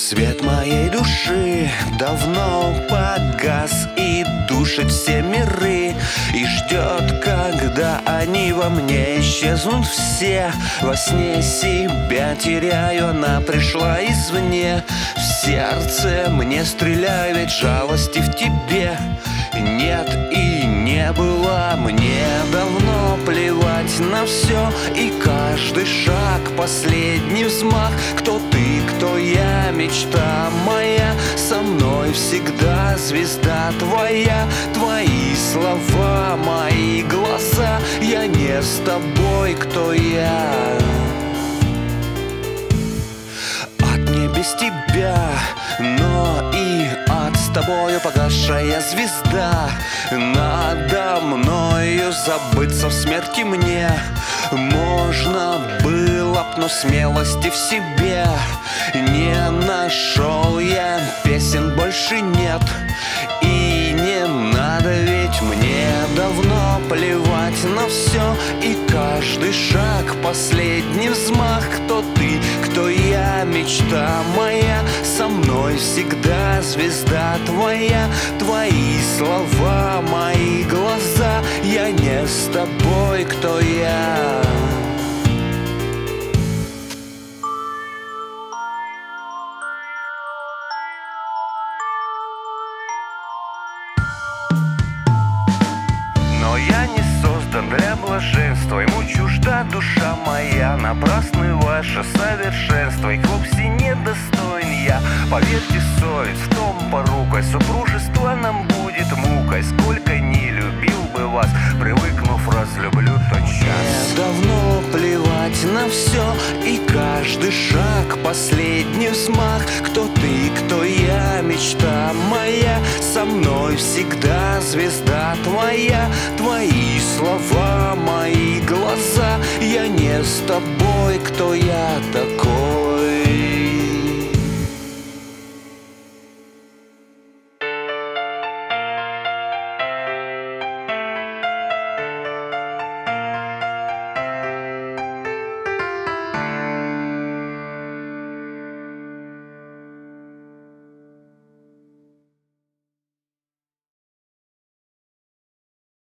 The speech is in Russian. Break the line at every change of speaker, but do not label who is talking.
Свет моей души давно погас и душит все миры, и ждет, когда они во мне исчезнут все. Во сне себя теряю, она пришла извне. В сердце мне стреляй, ведь жалости в тебе нет и не было. Мне давно плевать на все, и каждый шаг последний взмах. Кто ты, кто я, мечта моя, со мной всегда звезда твоя. Твои слова, мои глаза, я не с тобой, кто я. Не без тебя, но и с тобою погасшая звезда. Надо мною забыться в смерти мне можно было б, но смелости в себе не нашел я. Песен больше нет и не надо, ведь мне давно плевать на все, и каждый шаг последний взмах. Кто ты, кто я, мечта моя, со мной всегда звезда твоя. Твои слова, мои глаза, я не с тобой, кто я. Но я не создан для блаженства, ему чужда душа моя. Напрасны ваше совершенство, их вовсе не достоин я. Поверьте, совесть в том порукой, супружество нам будет мукой. Сколько не любил бы вас, привыкнув, разлюблю тот час. Давно плевать на все, и каждый шаг последний взмах. Кто ты, кто я, мечта моя, со мной всегда звезда твоя. Твои слова, мои глаза, я не с тобой, кто я такой.